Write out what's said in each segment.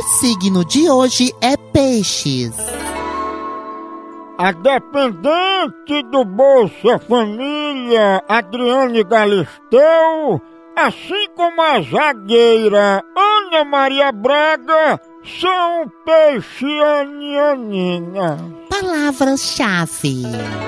signo de hoje é Peixes. A dependente do Bolsa Família, Adriane Galisteu, assim como a zagueira Ana Maria Braga, são peixianianinas. Palavras-chave: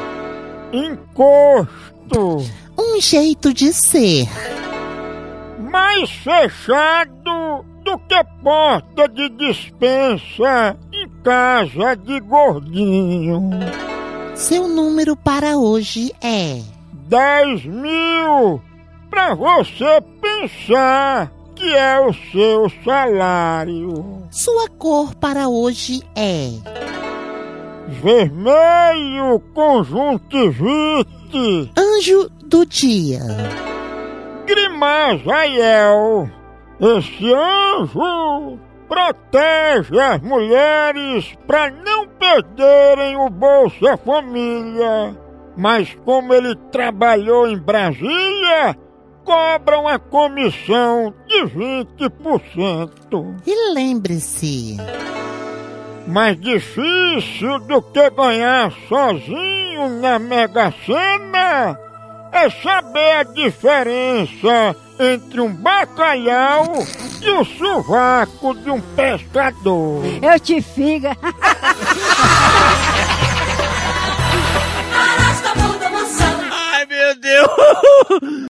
encosto, um jeito de ser, mais fechado do que porta de despensa em casa de gordinho. seu número para hoje é 10.000, pra você pensar que é o seu salário. sua cor para hoje é Vermelho conjuntivite. anjo do dia. Grimazael, esse anjo protege as mulheres para não perderem o Bolsa Família. Mas como ele trabalhou em Brasília, cobra uma comissão de 20%. E lembre-se, Mais difícil do que ganhar sozinho na Mega Sena é saber a diferença entre um bacalhau e o sovaco de um pescador. Eu te figa. Ai, meu Deus!